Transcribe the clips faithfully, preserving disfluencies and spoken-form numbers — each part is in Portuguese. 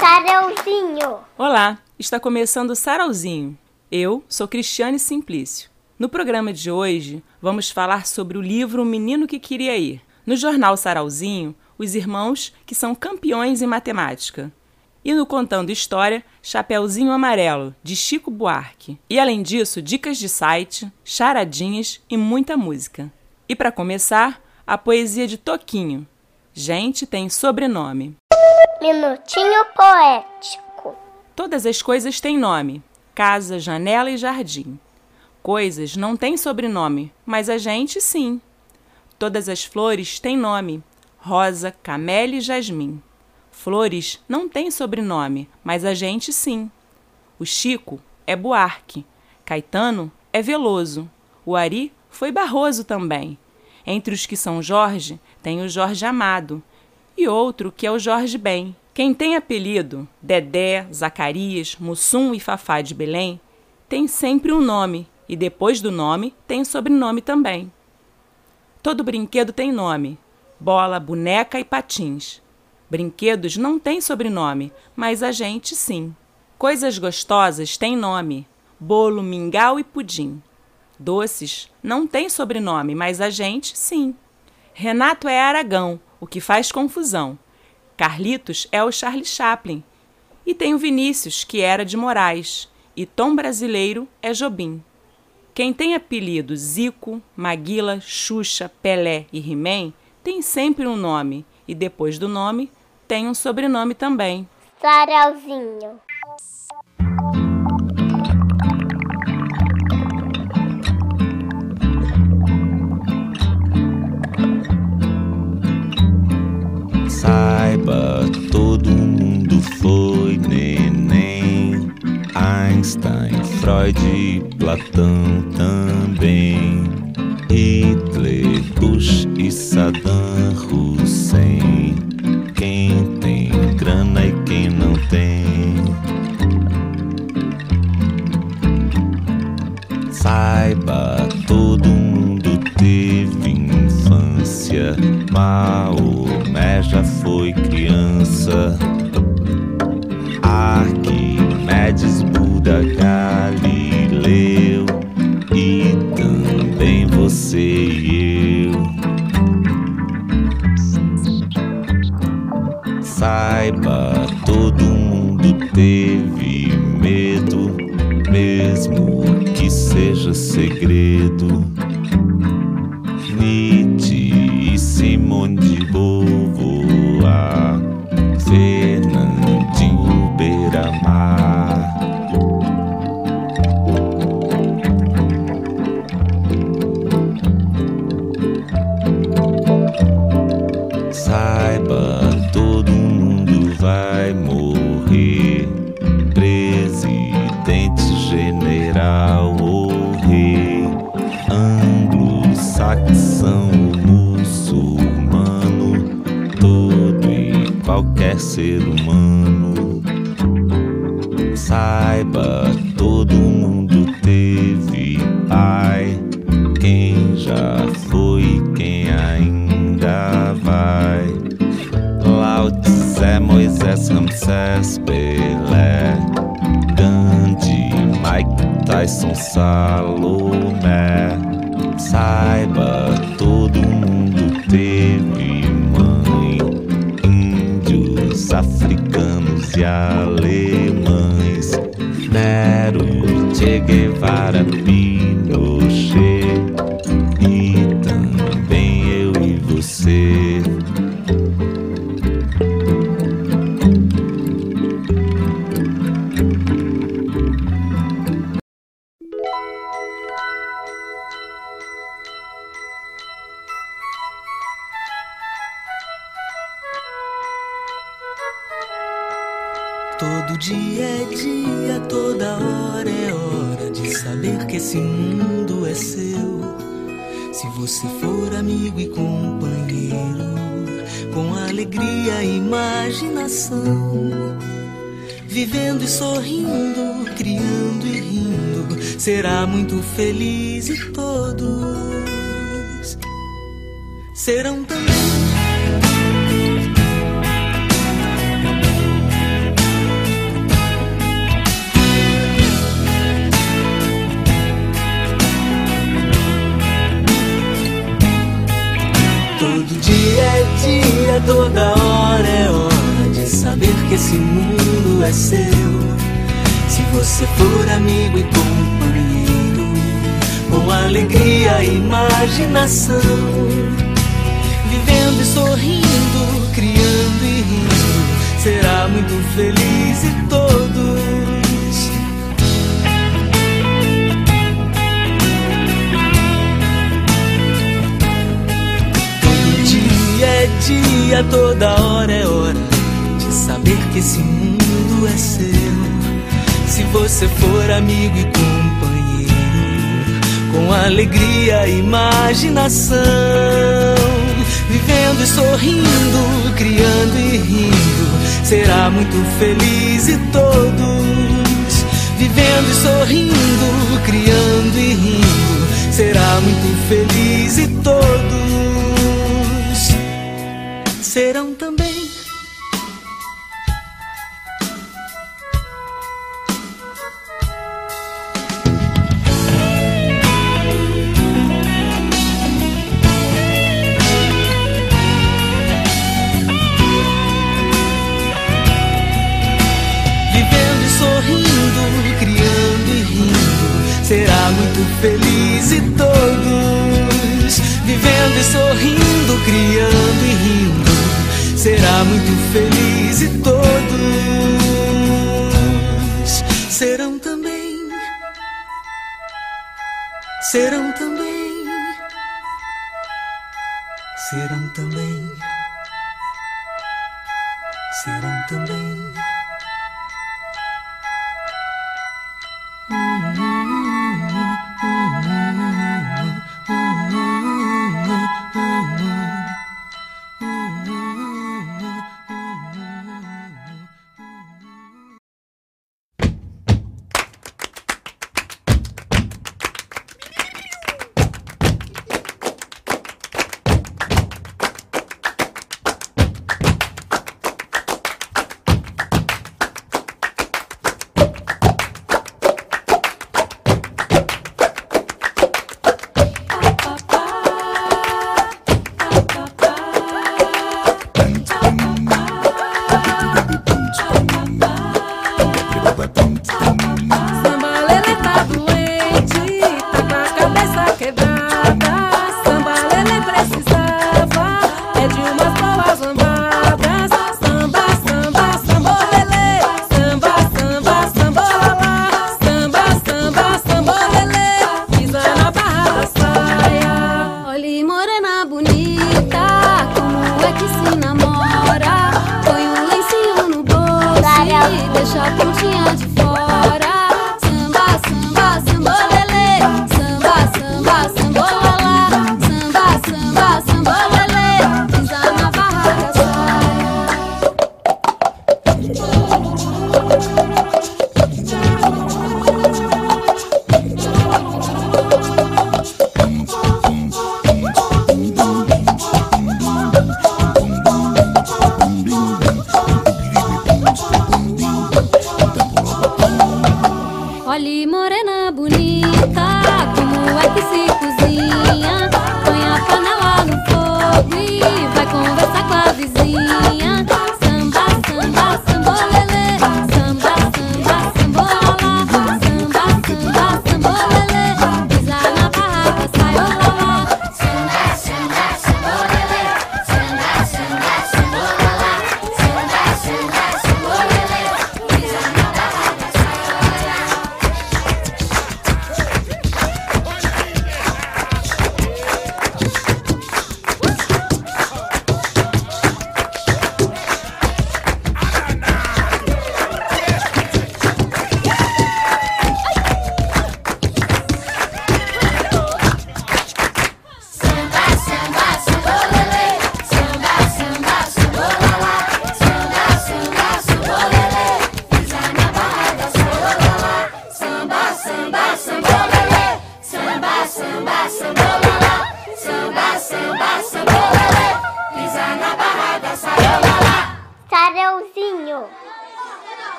Sarauzinho. Olá, está começando o Sarauzinho. Eu sou Cristiane Simplício. No programa de hoje, vamos falar sobre o livro O Menino que Queria Ir. No jornal Sarauzinho, os irmãos que são campeões em matemática. E no Contando História, Chapeuzinho Amarelo, de Chico Buarque. E além disso, dicas de site, charadinhas e muita música. E para começar, a poesia de Toquinho. Gente tem sobrenome. Minutinho poético. Todas as coisas têm nome. Casa, janela e jardim. Coisas não têm sobrenome, mas a gente sim. Todas as flores têm nome. Rosa, camélia e jasmim. Flores não têm sobrenome, mas a gente sim. O Chico é Buarque. Caetano é Veloso. O Ari foi Barroso também. Entre os que são Jorge, tem o Jorge Amado. E outro que é o Jorge Ben. Quem tem apelido, Dedé, Zacarias, Mussum e Fafá de Belém, tem sempre um nome, e depois do nome tem sobrenome também. Todo brinquedo tem nome, bola, boneca e patins. Brinquedos não têm sobrenome, mas a gente sim. Coisas gostosas têm nome, bolo, mingau e pudim. Doces não têm sobrenome, mas a gente sim. Renato é Aragão, o que faz confusão. Carlitos é o Charlie Chaplin. E tem o Vinícius, que era de Moraes. E Tom Brasileiro é Jobim. Quem tem apelido Zico, Maguila, Xuxa, Pelé e He-Man tem sempre um nome. E depois do nome, tem um sobrenome também. Sarauzinho. Saiba, todo mundo foi neném. Einstein, Freud, Platão também. Hitler, Bush e Saddam Hussein. Quem tem grana e quem não tem. Saiba, todo mundo teve infância. Maomé já foi criança. Arquimedes, Buda, Galileu. E também você e eu. Saiba, todo mundo teve medo, mesmo que seja segredo. Nietzsche e Simone de Beauvoir, Fernandinho Beiramar. Saiba, todo mundo vai morrer. Presidente, general ou rei. Anglo-saxão, muçulmano, todo e qualquer ser humano. Saiba, todo mundo teve pai. Quem já foi, quem ainda vai. Lao Tse, Moisés, Ramsés, Pelé, Gandhi, Mike Tyson, Salomé. Saiba, todo mundo teve mãe. Índios, africanos e alemães. Nero, Che Guevara, Pinochet. E também eu e você. Todo dia é dia, toda hora é hora de saber que esse mundo é seu. Se você for amigo e companheiro, com alegria e imaginação, vivendo e sorrindo, criando e rindo, será muito feliz e todos serão também. esse mundo é seu. Se você for amigo e companheiro, com alegria e imaginação, vivendo e sorrindo, criando e rindo, será muito feliz e todos. Todo dia é dia, toda hora é hora de saber que esse mundo é seu. Se você for amigo e companheiro, com alegria e imaginação, vivendo e sorrindo, criando e rindo, será muito feliz e todos. Vivendo e sorrindo, criando e rindo, será muito feliz e todos serão também. Será muito feliz e todos. Vivendo e sorrindo, criando e rindo, será muito feliz e todos serão também. Serão também. Serão também. Serão também.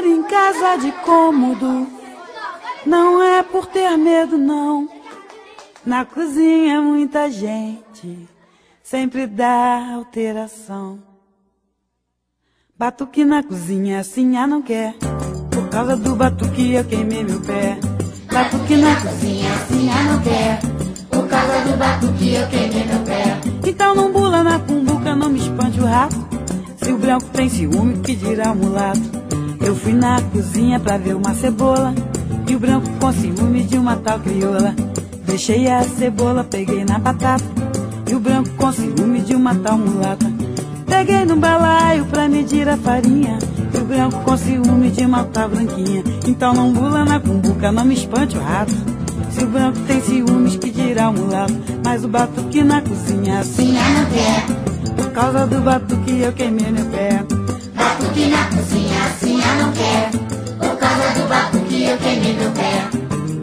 casa de cômodo, não é por ter medo, não. Na cozinha muita gente, sempre dá alteração. Batuque na cozinha, assim ah não quer. Por causa do batuque eu queimei meu pé. Batuque na cozinha, assim ah não quer. Por causa do batuque eu queimei meu pé. Então não bula na cumbuca, não me espante o rato. Se o branco tem ciúme, que dirá o mulato? Eu fui na cozinha pra ver uma cebola, e o branco com ciúme de uma tal crioula. Deixei a cebola, peguei na batata, e o branco com ciúme de uma tal mulata. Peguei no balaio pra medir a farinha, e o branco com ciúme de uma tal branquinha. Então não bula na cumbuca, não me espante o rato. Se o branco tem ciúmes, que dirá o mulato? Mas o batuque na cozinha, assim ah não quer. Por causa do batuque eu queimei meu pé. Batuque na cozinha, assim ah não quer. Por causa do batuque eu queimei meu pé.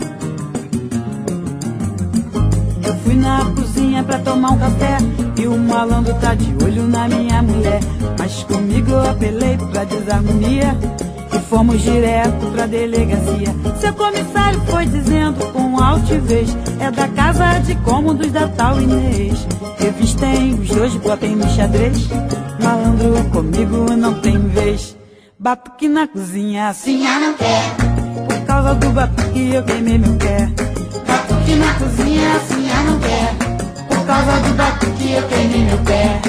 Eu fui na cozinha pra tomar um café, e o malandro tá de olho na minha mulher. Mas comigo eu apelei pra desarmonia, e fomos direto pra delegacia. Seu comissário foi dizendo com altivez: é da casa de cômodos da tal Inês. Revistei os dois, botei no xadrez. Malandro comigo não tem vez. Batuque na cozinha, assim ah não quer. Por causa do batuque eu queimei meu pé. Batuque na cozinha, assim ah não quer. Por causa do batuque eu queimei meu pé.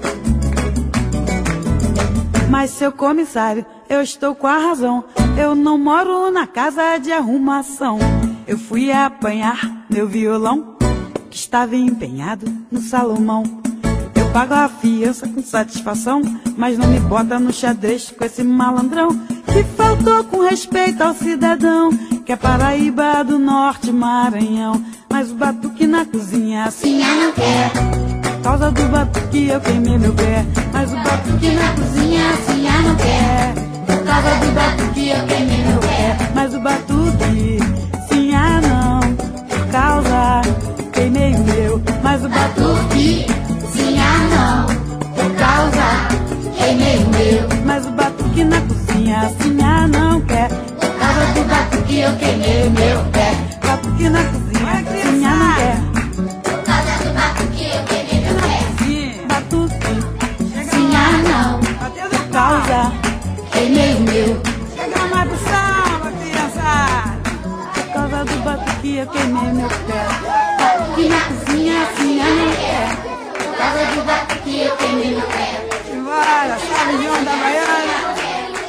Mas seu comissário, eu estou com a razão. Eu não moro na casa de arrumação. Eu fui apanhar meu violão, que estava empenhado no Salomão. Eu pago a fiança com satisfação, mas não me bota no xadrez com esse malandrão, que faltou com respeito ao cidadão, que é Paraíba do Norte, Maranhão. Mas o batuque na cozinha, assim ah não quer. Por causa do batuque eu queimei meu pé. Mas o batuque na cozinha, assim ah não quer. Por causa do batuque eu queimei meu pé. Mas o batuque, sim ah não. Por causa, queimei o meu. Mas o batuque, sim ah não. Por causa, queimei o meu. Mas o batuque na cozinha, assim ah não quer. Por causa do batuque eu queimei meu pé. Batuque na cozinha, assim ah não quer. Por causa do batuque eu queimei meu pé. Batuque, sim ah não. Por causa, queimei o meu. Chega mais pro samba, criançada. Por causa do batuque eu queimei meu pé. Batuque na cozinha, assim ah não quer. Por causa do batuque eu queimei meu pé. Simbora, sabe de onda baiana.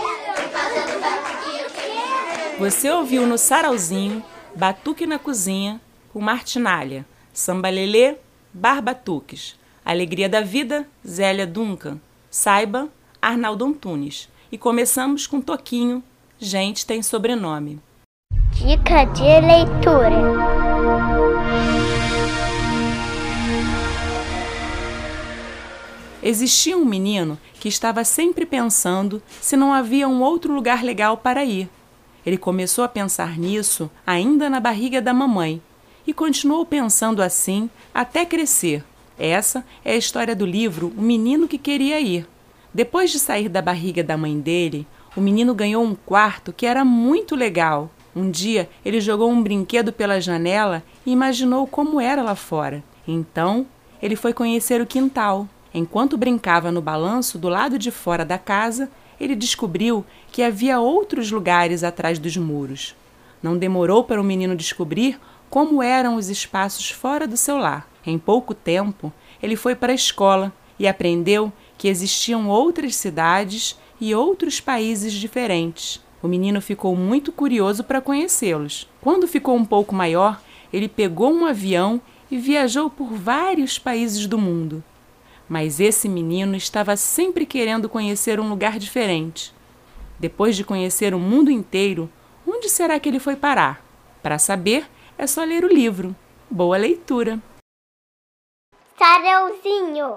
Você ouviu no Sarauzinho Batuque na Cozinha, com Martinalha, Samba Lelê, Barbatuques, Alegria da Vida, Zélia Duncan, Saiba, Arnaldo Antunes. E começamos com Toquinho, Gente Tem Sobrenome. Dica de leitura. Existia um menino que estava sempre pensando se não havia um outro lugar legal para ir. Ele começou a pensar nisso ainda na barriga da mamãe e continuou pensando assim até crescer. Essa é a história do livro O Menino que Queria Ir. Depois de sair da barriga da mãe dele, o menino ganhou um quarto que era muito legal. Um dia, ele jogou um brinquedo pela janela e imaginou como era lá fora. Então, ele foi conhecer o quintal. Enquanto brincava no balanço do lado de fora da casa, ele descobriu que havia outros lugares atrás dos muros. Não demorou para o menino descobrir como eram os espaços fora do seu lar. Em pouco tempo, ele foi para a escola e aprendeu que existiam outras cidades e outros países diferentes. O menino ficou muito curioso para conhecê-los. Quando ficou um pouco maior, ele pegou um avião e viajou por vários países do mundo. Mas esse menino estava sempre querendo conhecer um lugar diferente. Depois de conhecer o mundo inteiro, onde será que ele foi parar? Para saber, é só ler o livro. Boa leitura! Sarauzinho.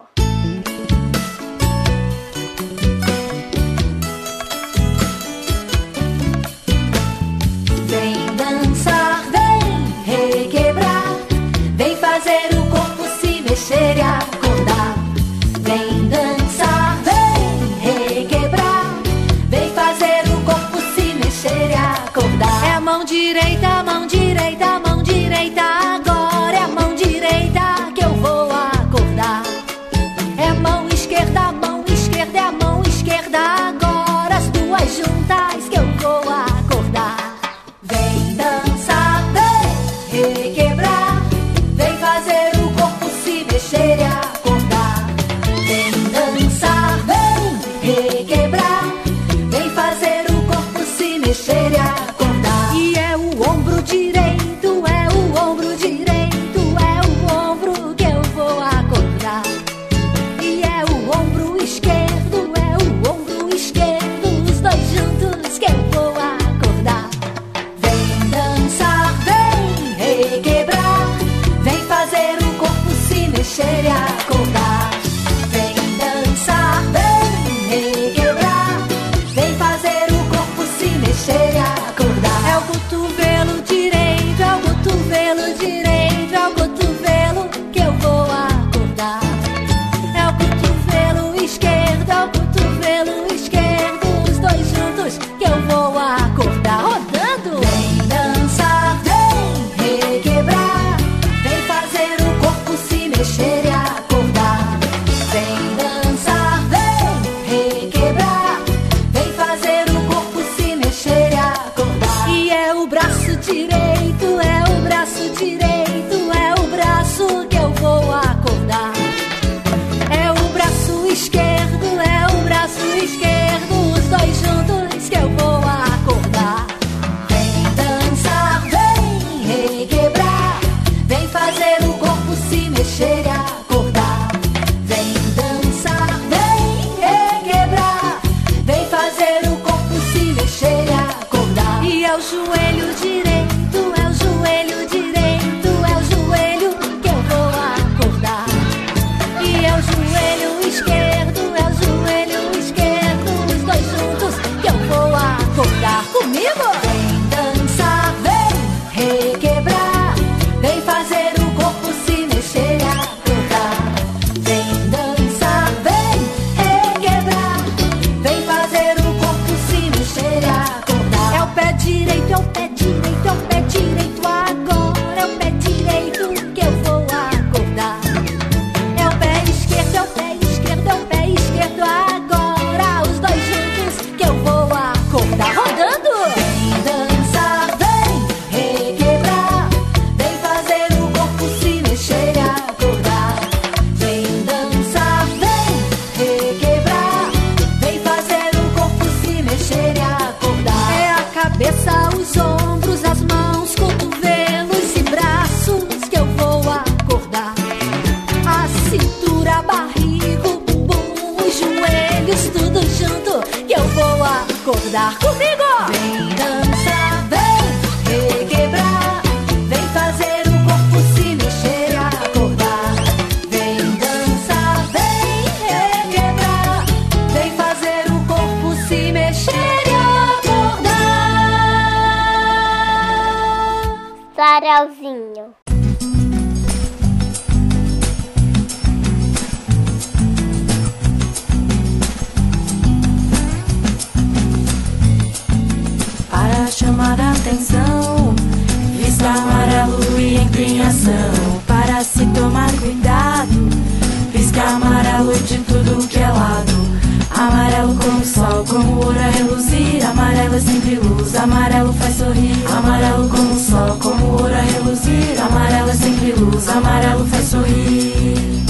Vem dançar, vem requebrar, vem fazer o corpo se mexer e acordar. Vem dançar, vem requebrar, vem fazer o corpo se mexer e acordar. É a mão direita, a mão direita, a mão direita agora, é a mão mexer e acordar. Vem dançar, vem requebrar, vem fazer o corpo se mexer e acordar. É o cotovelo direito, é o cotovelo direito, é o cotovelo que eu vou acordar. É o cotovelo esquerdo, é o cotovelo esquerdo, os dois juntos que eu vou acordar. Rodando! Vem dançar, vem requebrar, vem fazer o corpo se mexer e acordar. Vem dançar, vem requebrar, vem fazer o corpo se mexer e acordar. E é o braço direito, é o braço direito, é o braço que eu vou acordar. É o braço esquerdo, é o braço esquerdo, os dois juntos que eu vou acordar. Vem dançar, vem requebrar, vem fazer o corpo se mexer e acordar. Vem dançar, vem requebrar, vem fazer o corpo se mexer e acordar. E é o joelho direito, é o joelho direito, é o joelho que eu vou acordar. E é o joelho esquerdo, é o joelho esquerdo, os dois juntos que eu vou acordar. Comigo! Vem dançar, vem requebrar, vem fazer o corpo se mexer e acordar. Vem dançar, vem requebrar, vem fazer o corpo se mexer e acordar. É o pé direito, é o pé direito, é o pé direito agora, é o pé direito que eu vou acordar. É o pé esquerdo, é o pé esquerdo, é o pé esquerdo agora, os dois juntos que eu vou acordar. Rodando! Vem dançar, vem requebrar, vem fazer o corpo se mexer e acordar. Vem dançar, vem requebrar, vem fazer o corpo se mexer e acordar. É a cabeça, os ombros, as mãos, cotovelos e braços que eu vou acordar. A cintura, a barriga, o bumbum, os joelhos, tudo junto que eu vou acordar. Comigo! Vem dançar, vem requebrar, vem fazer o corpo se mexer e acordar. Vem dançar, vem requebrar, vem fazer o corpo se mexer e acordar. Sarauzinho. Para chamar a atenção, vista amarelo e entre em ação. Para se tomar cuidado, pisca amarelo de tudo que é lado. Amarelo como o sol, como o ouro a reluzir. Amarelo é sempre luz, amarelo faz sorrir. Amarelo como o sol, como o ouro a reluzir. Amarelo é sempre luz, amarelo faz sorrir.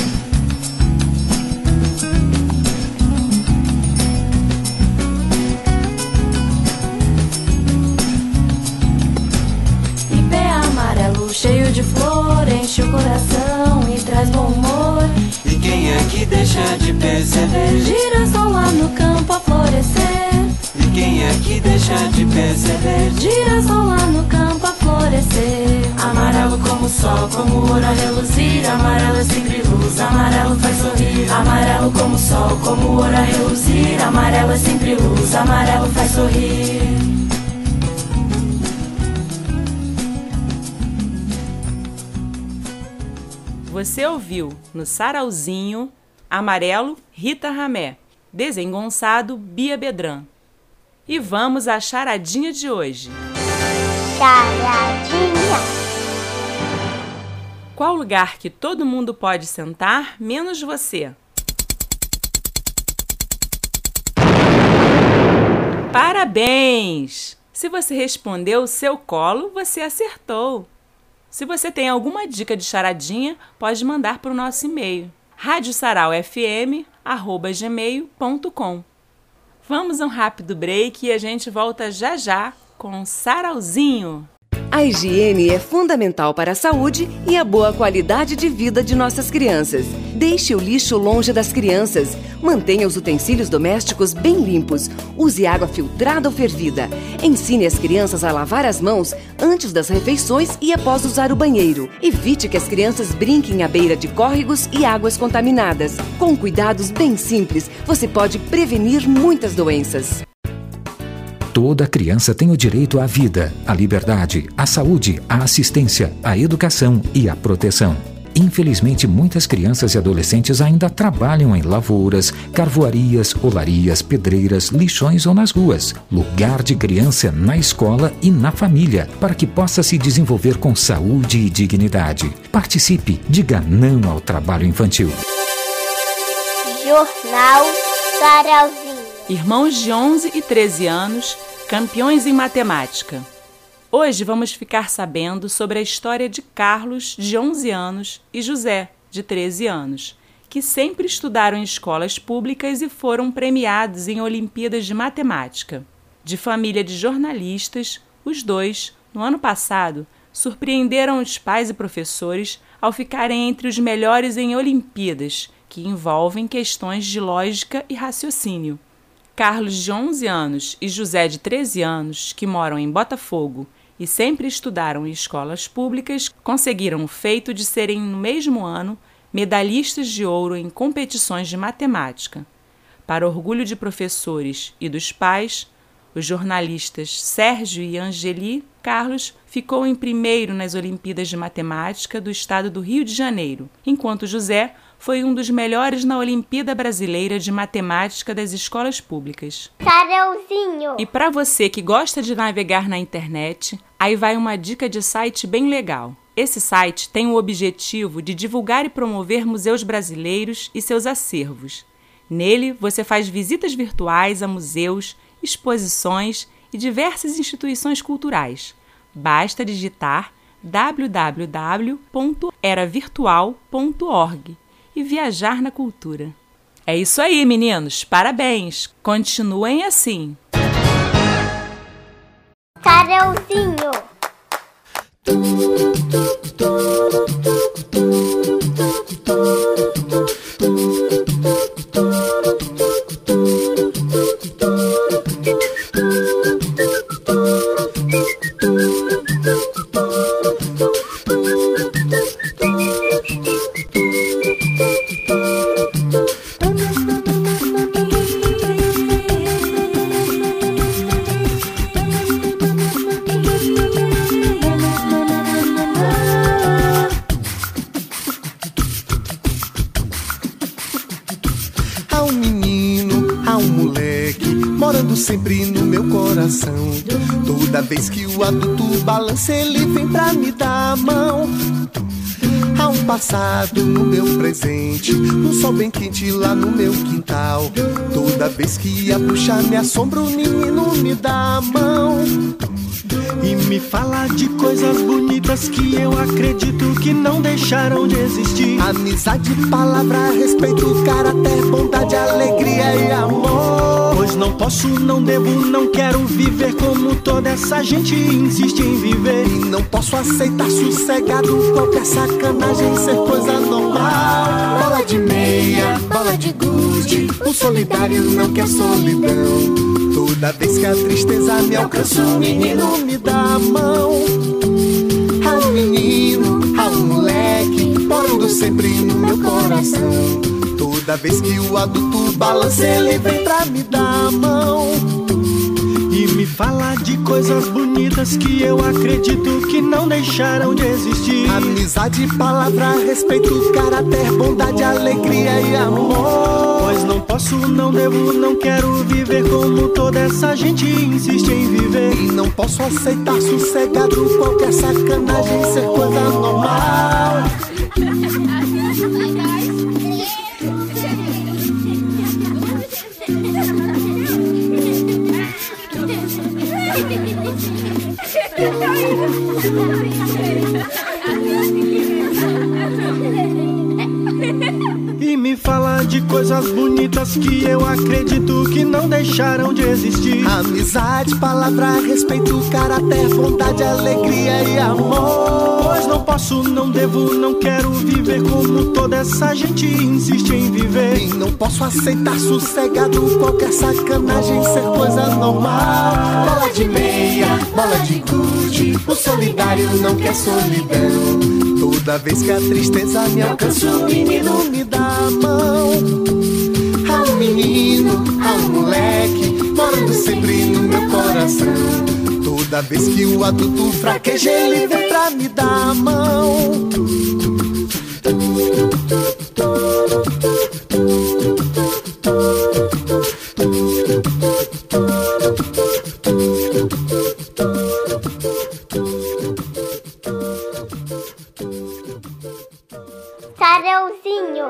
Cheio de flor, enche o coração e traz bom humor. E quem é que deixa de perceber? Girassol lá no campo a florescer. E quem é que deixa de perceber? Girassol lá no campo a florescer. Amarelo como o sol, como o ouro a reluzir. Amarelo é sempre luz, amarelo faz sorrir. Amarelo como o sol, como o ouro a reluzir. Amarelo é sempre luz, amarelo faz sorrir. Você ouviu no Sarauzinho, Amarelo, Rita Ramé, Desengonçado, Bia Bedran. E vamos à charadinha de hoje. Charadinha. Qual lugar que todo mundo pode sentar, menos você? Parabéns! Se você respondeu o seu colo, você acertou. Se você tem alguma dica de charadinha, pode mandar para o nosso e-mail, rádio sarau f m arroba gmail ponto com. Vamos a um rápido break e a gente volta já já com Sarauzinho. A higiene é fundamental para a saúde e a boa qualidade de vida de nossas crianças. Deixe o lixo longe das crianças. Mantenha os utensílios domésticos bem limpos. Use água filtrada ou fervida. Ensine as crianças a lavar as mãos antes das refeições e após usar o banheiro. Evite que as crianças brinquem à beira de córregos e águas contaminadas. Com cuidados bem simples, você pode prevenir muitas doenças. Toda criança tem o direito à vida, à liberdade, à saúde, à assistência, à educação e à proteção. Infelizmente, muitas crianças e adolescentes ainda trabalham em lavouras, carvoarias, olarias, pedreiras, lixões ou nas ruas. Lugar de criança é na escola e na família, para que possa se desenvolver com saúde e dignidade. Participe, diga não ao trabalho infantil. Jornal Sarauzinho. Irmãos de onze e treze anos, campeões em matemática. Hoje vamos ficar sabendo sobre a história de Carlos, de onze anos, e José, de treze anos, que sempre estudaram em escolas públicas e foram premiados em Olimpíadas de Matemática. De família de jornalistas, os dois, no ano passado, surpreenderam os pais e professores ao ficarem entre os melhores em Olimpíadas, que envolvem questões de lógica e raciocínio. Carlos, de onze anos, e José, de treze anos, que moram em Botafogo e sempre estudaram em escolas públicas, conseguiram o feito de serem, no mesmo ano, medalhistas de ouro em competições de matemática. Para orgulho de professores e dos pais, os jornalistas Sérgio e Angeli, Carlos ficou em primeiro nas Olimpíadas de Matemática do estado do Rio de Janeiro, enquanto José foi um dos melhores na Olimpíada Brasileira de Matemática das escolas públicas. Sarauzinho! E para você que gosta de navegar na internet, aí vai uma dica de site bem legal. Esse site tem o objetivo de divulgar e promover museus brasileiros e seus acervos. Nele, você faz visitas virtuais a museus, exposições e diversas instituições culturais. Basta digitar w w w ponto era virtual ponto org e viajar na cultura. É isso aí, meninos! Parabéns! Continuem assim! Sarauzinho! Sempre no meu coração. Toda vez que o adulto balança, ele vem pra me dar a mão. Há um passado no meu presente, um sol bem quente lá no meu quintal. Toda vez que a bruxa me assombra, o menino me dá a mão e me fala de coisas bonitas que eu acredito que não deixaram de existir. Amizade, palavra, respeito, caráter, bondade, alegria e amor. Pois não posso, não devo, não quero viver como toda essa gente insiste em viver. E não posso aceitar sossegado qualquer sacanagem ser coisa normal. Bola de meia, bola de gude, o solidário não quer solidão. Toda vez que a tristeza me alcança, o menino me dá a mão. Ah, menino, ah, moleque, morando sempre no meu coração. Toda vez que o adulto balança, ele vem pra me dar a mão e me fala de coisas bonitas que eu acredito que não deixaram de existir. Amizade, palavra, respeito, caráter, bondade, alegria e amor. Pois não posso, não devo, não quero viver como toda essa gente insiste em viver. E não posso aceitar sossegado qualquer sacanagem ser coisa normal. E me fala de coisas bonitas que eu acredito que não deixaram de existir. Amizade, palavra, respeito, caráter, vontade, alegria e amor. Pois não posso, não devo, não quero viver como toda essa gente insiste em viver. E não posso aceitar sossegado qualquer sacanagem ser coisa normal. Bola de meia, bola de gude, o solidário não quer solidão. Toda vez que a tristeza me alcança, o menino me dá a mão. Há um menino, há um moleque, morando sempre no meu coração. Toda vez que o adulto fraqueja, ele vem pra me dar a mão. Sarãozinho.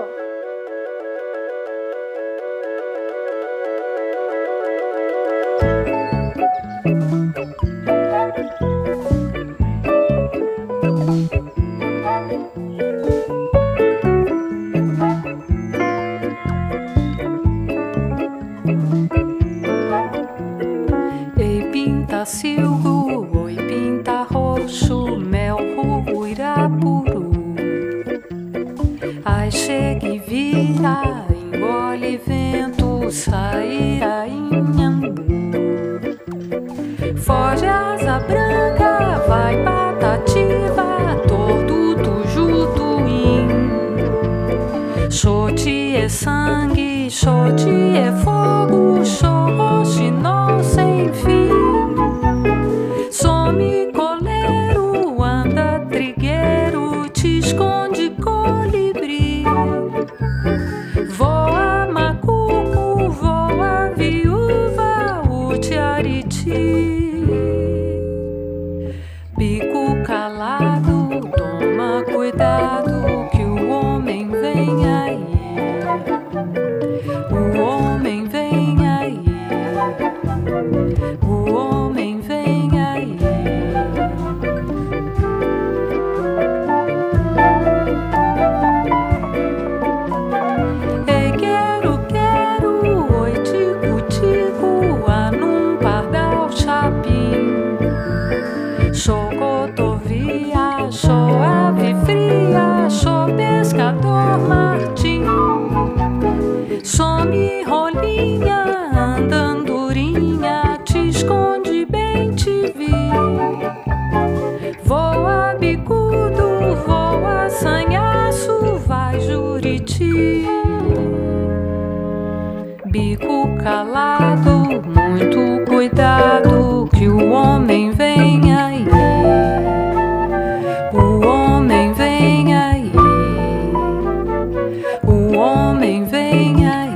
Ei, pinta-silgo, oi, pinta-roxo, mel, ruirapuru. Ai, chega e vira, engole vento, sai a inhambu. Foge asa branca, vai patativa, tordo, tuju, tuim. Xote é sangue, xote é fogo, xoxinol sem fim. Some coleiro, anda trigueiro, te esconde colibri. Voa macuco, voa viúva, o tiariti. Bico calado, toma cuidado que o homem vem aí. O homem vem aí. O homem vem aí. Ei, quero, quero, oi, tico, tico, anum, pardal, chapim. Chocotovia, show ave fria, show pescador martim. Some rolinha, andandurinha, te esconde bem, te vi. Voa bicudo, voa sanhaço, vai juriti. Bico calado, muito cuidado que o homem vem aí. O homem vem aí. O homem vem aí.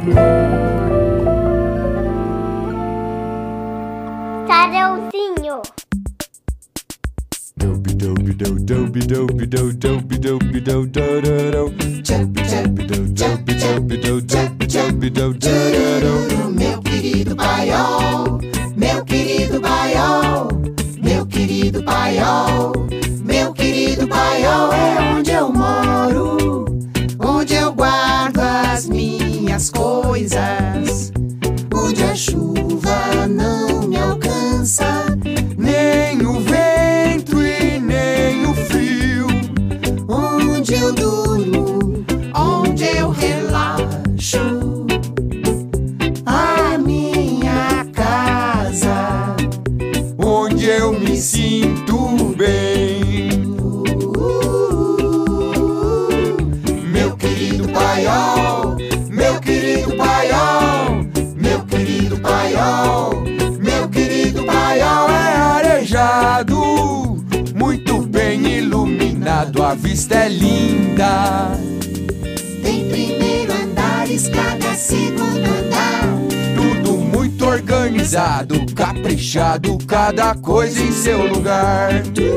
Sarãozinho. Meu querido paiol, meu querido paiol, meu querido paiol, meu querido paiol é onde eu moro, onde eu guardo as minhas coisas, onde a chuva não me alcança, nem o vento e nem o frio, onde eu durmo, onde eu relaxo. A minha casa, onde eu me sinto bem. Meu querido paiol, meu querido paiol, meu querido paiol, meu querido paiol é arejado, muito bem iluminado, a vista é linda. Tem primeiro andar, escada, segundo andar, tudo muito organizado, caprichado, cada coisa em seu lugar.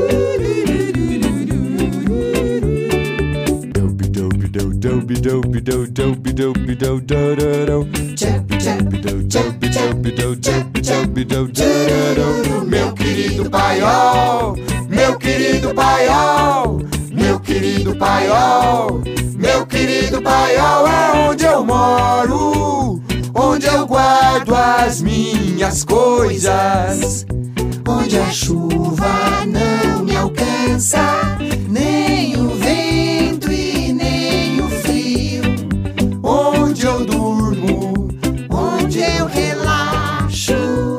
Meu querido paiol, meu querido paiol, meu querido paiol, meu querido paiol é onde eu moro, onde eu guardo as minhas coisas, onde a chuva não me alcança, nem o vento e nem o frio, onde eu durmo, onde eu relaxo,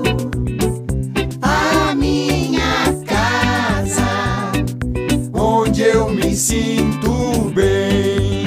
a minha casa, onde eu me sinto bem.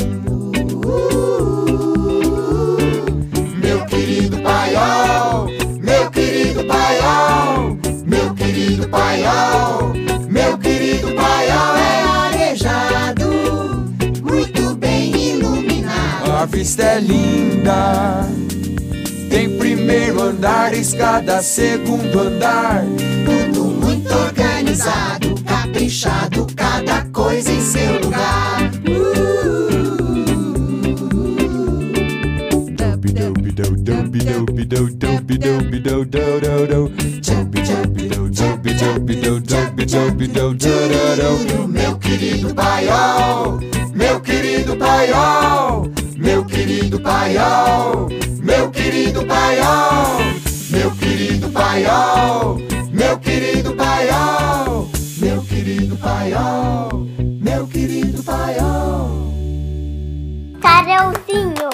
Meu querido paiol, meu querido paiol, meu querido paiol, meu querido paiol é arejado, muito bem iluminado. A vista é linda, tem primeiro andar, escada, segundo andar, tudo muito organizado, caprichado, cada coisa em seu lugar. Meu querido paiol, meu querido paiol, meu querido paiol, meu querido paiol, meu querido paiol, meu querido paiol, meu querido paiol, meu querido paiol. Sarãozinho.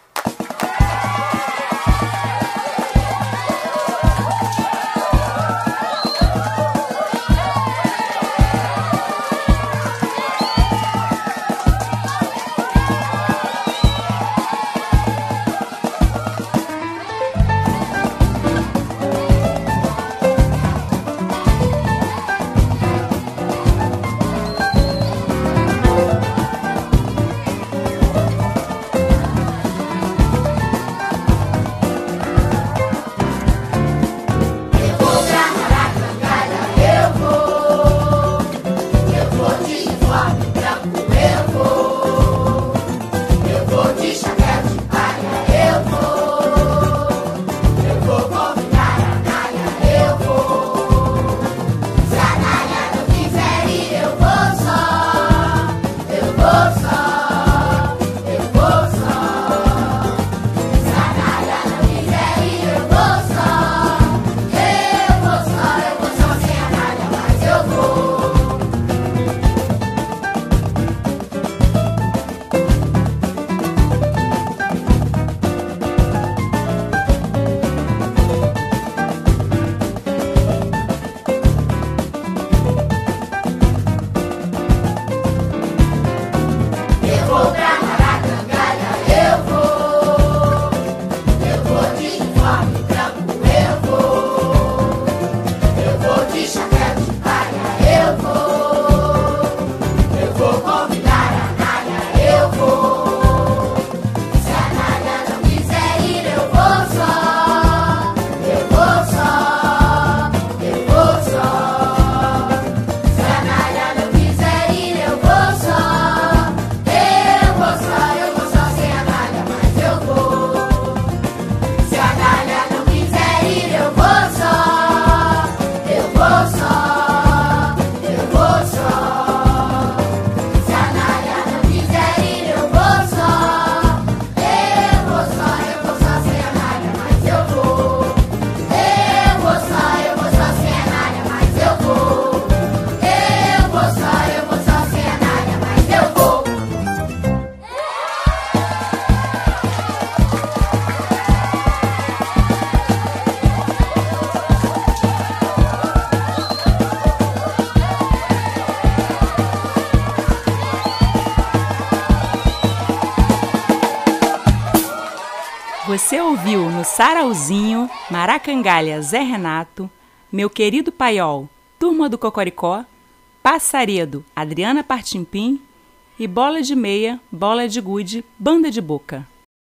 Você ouviu no Sarauzinho, Maracangalha, Zé Renato, Meu Querido Paiol, Turma do Cocoricó, Passaredo, Adriana Partimpim e Bola de Meia, Bola de Gude, Banda de Boca.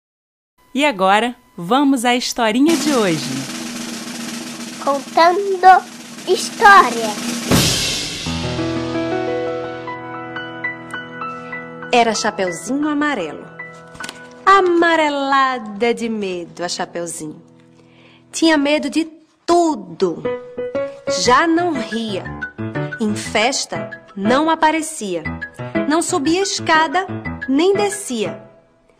E agora, vamos à historinha de hoje. Contando história. Era Chapeuzinho Amarelo. Amarelada de medo a Chapeuzinho. Tinha medo de tudo. Já não ria. Em festa, não aparecia. Não subia escada, nem descia.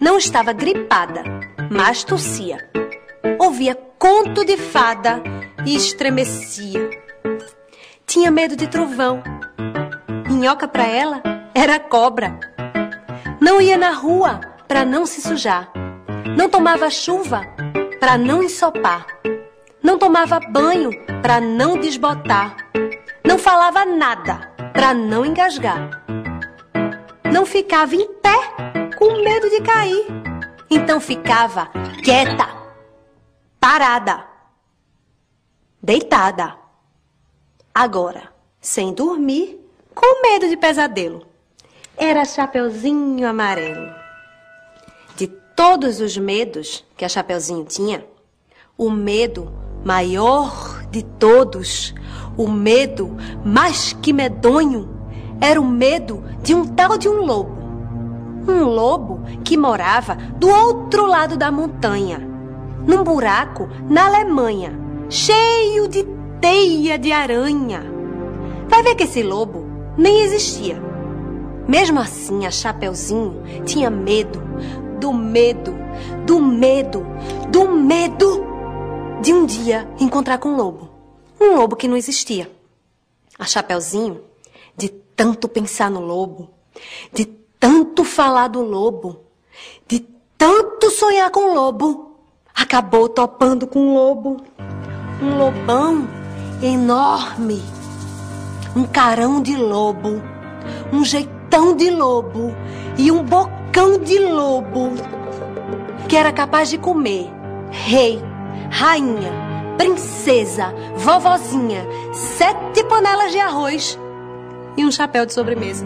não estava gripada, mas tossia. Ouvia conto de fada e estremecia. Tinha medo de trovão. Minhoca para ela era cobra. Não ia na rua para não se sujar. Não tomava chuva para não ensopar. Não tomava banho para não desbotar. Não falava nada para não engasgar. Não ficava em pé com medo de cair. Então ficava quieta, parada, deitada. Agora, sem dormir, com medo de pesadelo. Era Chapeuzinho Amarelo. De todos os medos que a Chapeuzinho tinha, o medo maior de todos, o medo mais que medonho, era o medo de um tal de um lobo. Um lobo que morava do outro lado da montanha, num buraco na Alemanha, cheio de teia de aranha. Vai ver que esse lobo nem existia. Mesmo assim, a Chapeuzinho tinha medo, do medo, do medo, do medo de um dia encontrar com um lobo. Um lobo que não existia. A Chapeuzinho, de tanto pensar no lobo, de tanto falar do lobo, de tanto sonhar com o lobo, acabou topando com um lobo. Um lobão enorme, um carão de lobo, um jeitão de lobo e um bocão de lobo, que era capaz de comer rei, rainha, princesa, vovozinha, sete panelas de arroz e um chapéu de sobremesa.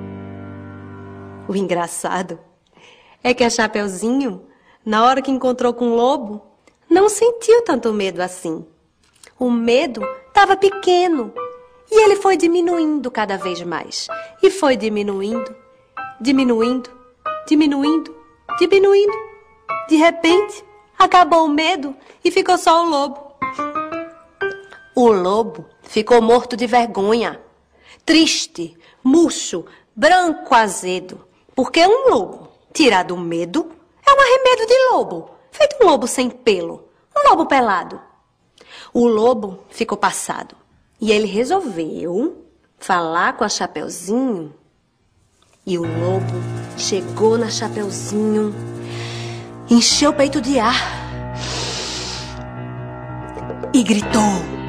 O engraçado é que a Chapeuzinho, na hora que encontrou com o lobo, não sentiu tanto medo assim. O medo estava pequeno e ele foi diminuindo cada vez mais. E foi diminuindo, diminuindo, diminuindo, diminuindo. De repente, acabou o medo e ficou só o lobo. O lobo ficou morto de vergonha, triste, murcho, branco azedo. Porque um lobo tirado do medo é um arremedo de lobo, feito um lobo sem pelo, um lobo pelado. O lobo ficou passado e ele resolveu falar com a Chapeuzinho. E o lobo chegou na Chapeuzinho, encheu o peito de ar e gritou: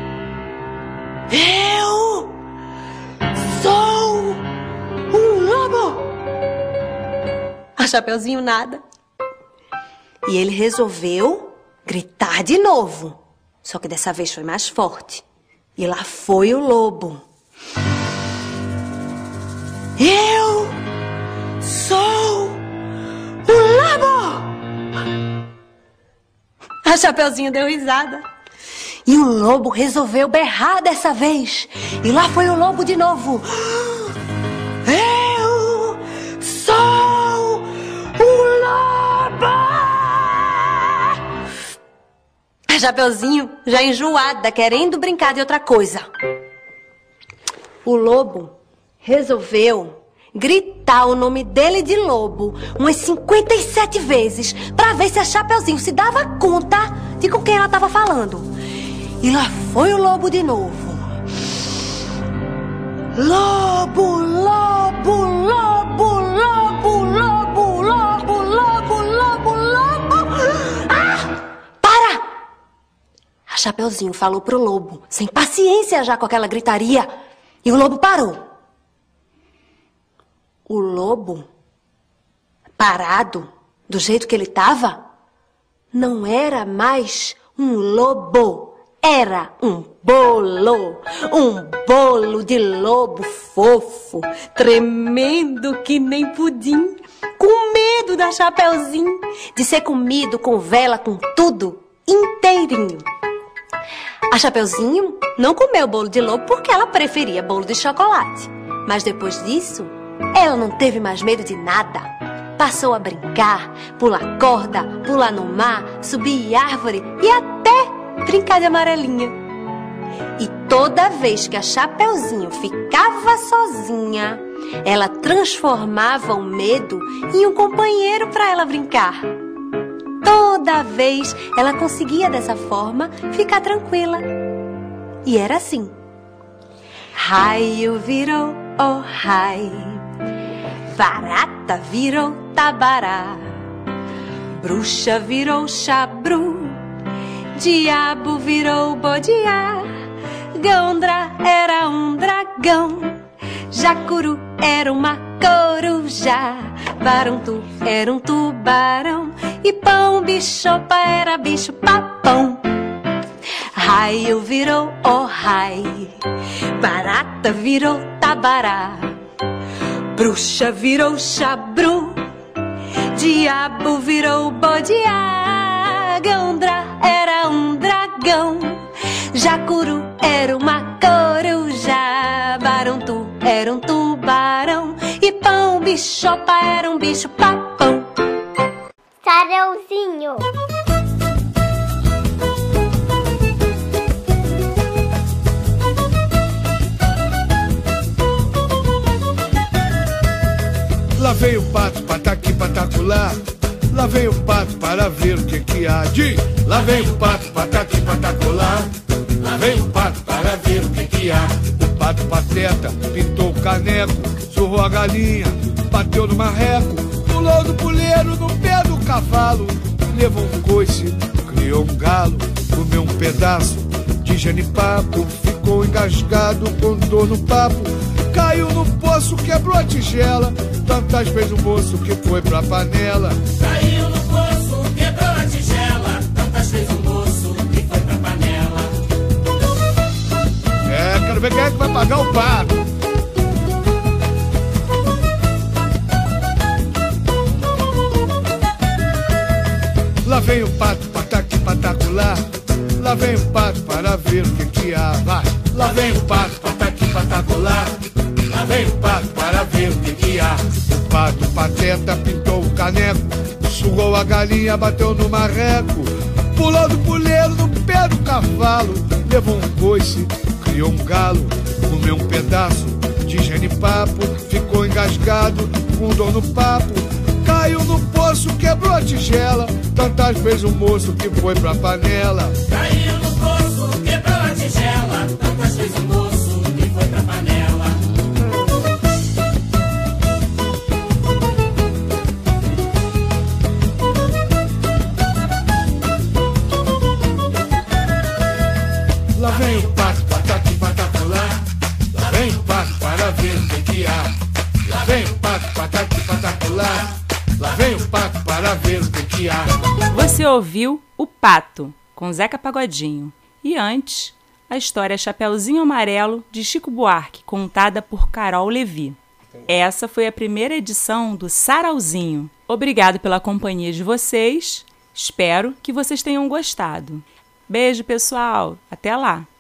eu sou um lobo! A Chapeuzinho nada. E ele resolveu gritar de novo. Só que dessa vez foi mais forte. E lá foi o lobo. Eu sou um lobo! A Chapeuzinho deu risada. E o lobo resolveu berrar dessa vez. E lá foi o lobo de novo. Eu sou um lobo! A Chapeuzinho, já enjoada, querendo brincar de outra coisa. O lobo resolveu gritar o nome dele de lobo umas cinquenta e sete vezes para ver se a Chapeuzinho se dava conta de com quem ela estava falando. E lá foi o lobo de novo. Lobo, lobo, lobo, lobo, lobo, lobo, lobo, lobo, lobo. Ah! Para! A Chapeuzinho falou pro lobo, sem paciência já com aquela gritaria. E o lobo parou. O lobo, parado, do jeito que ele estava, não era mais um lobo. Era um bolo, um bolo de lobo fofo, tremendo que nem pudim, com medo da Chapeuzinho, de ser comido com vela, com tudo, inteirinho. A Chapeuzinho não comeu bolo de lobo porque ela preferia bolo de chocolate. Mas depois disso, ela não teve mais medo de nada. Passou a brincar, pular corda, pular no mar, subir árvore e até brincar de amarelinha. E toda vez que a Chapeuzinho ficava sozinha, Ela transformava o medo em um companheiro para ela brincar. Toda vez ela conseguia dessa forma ficar tranquila. E era assim. Raio virou, oh raio, barata virou tabará, bruxa virou chabru, diabo virou bodiá, Gondra era um dragão, jacuru era uma coruja, baruntu era um tubarão e pão bichopa era bicho papão. Raio virou, oh raio, barata virou tabará, bruxa virou chabru, diabo virou bodiá, Gondra era um dragão, jacuru era uma coruja, baruntu era um tubarão e pão bichopa era um bicho papão. Sarãozinho. Lá vem o pato, pataqui, pataculá. Lá vem o pato para ver o que que há de. Lá vem o pato, pataqui, pataculá. Lá vem o pato para ver o que que há. O pato pateta pintou o caneco, surrou a galinha, bateu no marreco, pulou do puleiro no pé do cavalo, levou um coice, criou um galo, comeu um pedaço de jenipapo, ficou engasgado com dor no papo, caiu no poço, quebrou a tigela, tantas vezes o moço que foi pra panela. Caiu no poço, quebrou a tigela, tantas vezes o moço que foi pra panela. É, quero ver quem é que vai pagar o pato. Lá vem o pato, pataqui, pataculá. Lá vem o pato para ver o que que há. Vai. Lá vem o pato, pataqui, pataculá. Lá vem o pato para ver o que que há. O pato pateta pintou o caneco, sugou a galinha, bateu no marreco, pulou do puleiro no pé do cavalo, levou um coice, criou um galo, comeu um pedaço de jenipapo, ficou engasgado com dor no papo, caiu no poço, quebrou a tigela, tantas vezes o moço que foi pra panela. Caiu no poço, quebrou a tigela, tantas vezes o moço que foi pra panela. Lá vem o pato, pataqui, pataculá. Lá vem o pato para ver o que que há. Lá vem o pato, pataqui, pataculá. Lá vem o pato para ver o que que há. Você ouviu O Pato, com Zeca Pagodinho. E antes, a história Chapeuzinho Amarelo, de Chico Buarque, contada por Carol Levi. Essa foi a primeira edição do Sarauzinho. Obrigado pela companhia de vocês. Espero que vocês tenham gostado. Beijo, pessoal. Até lá.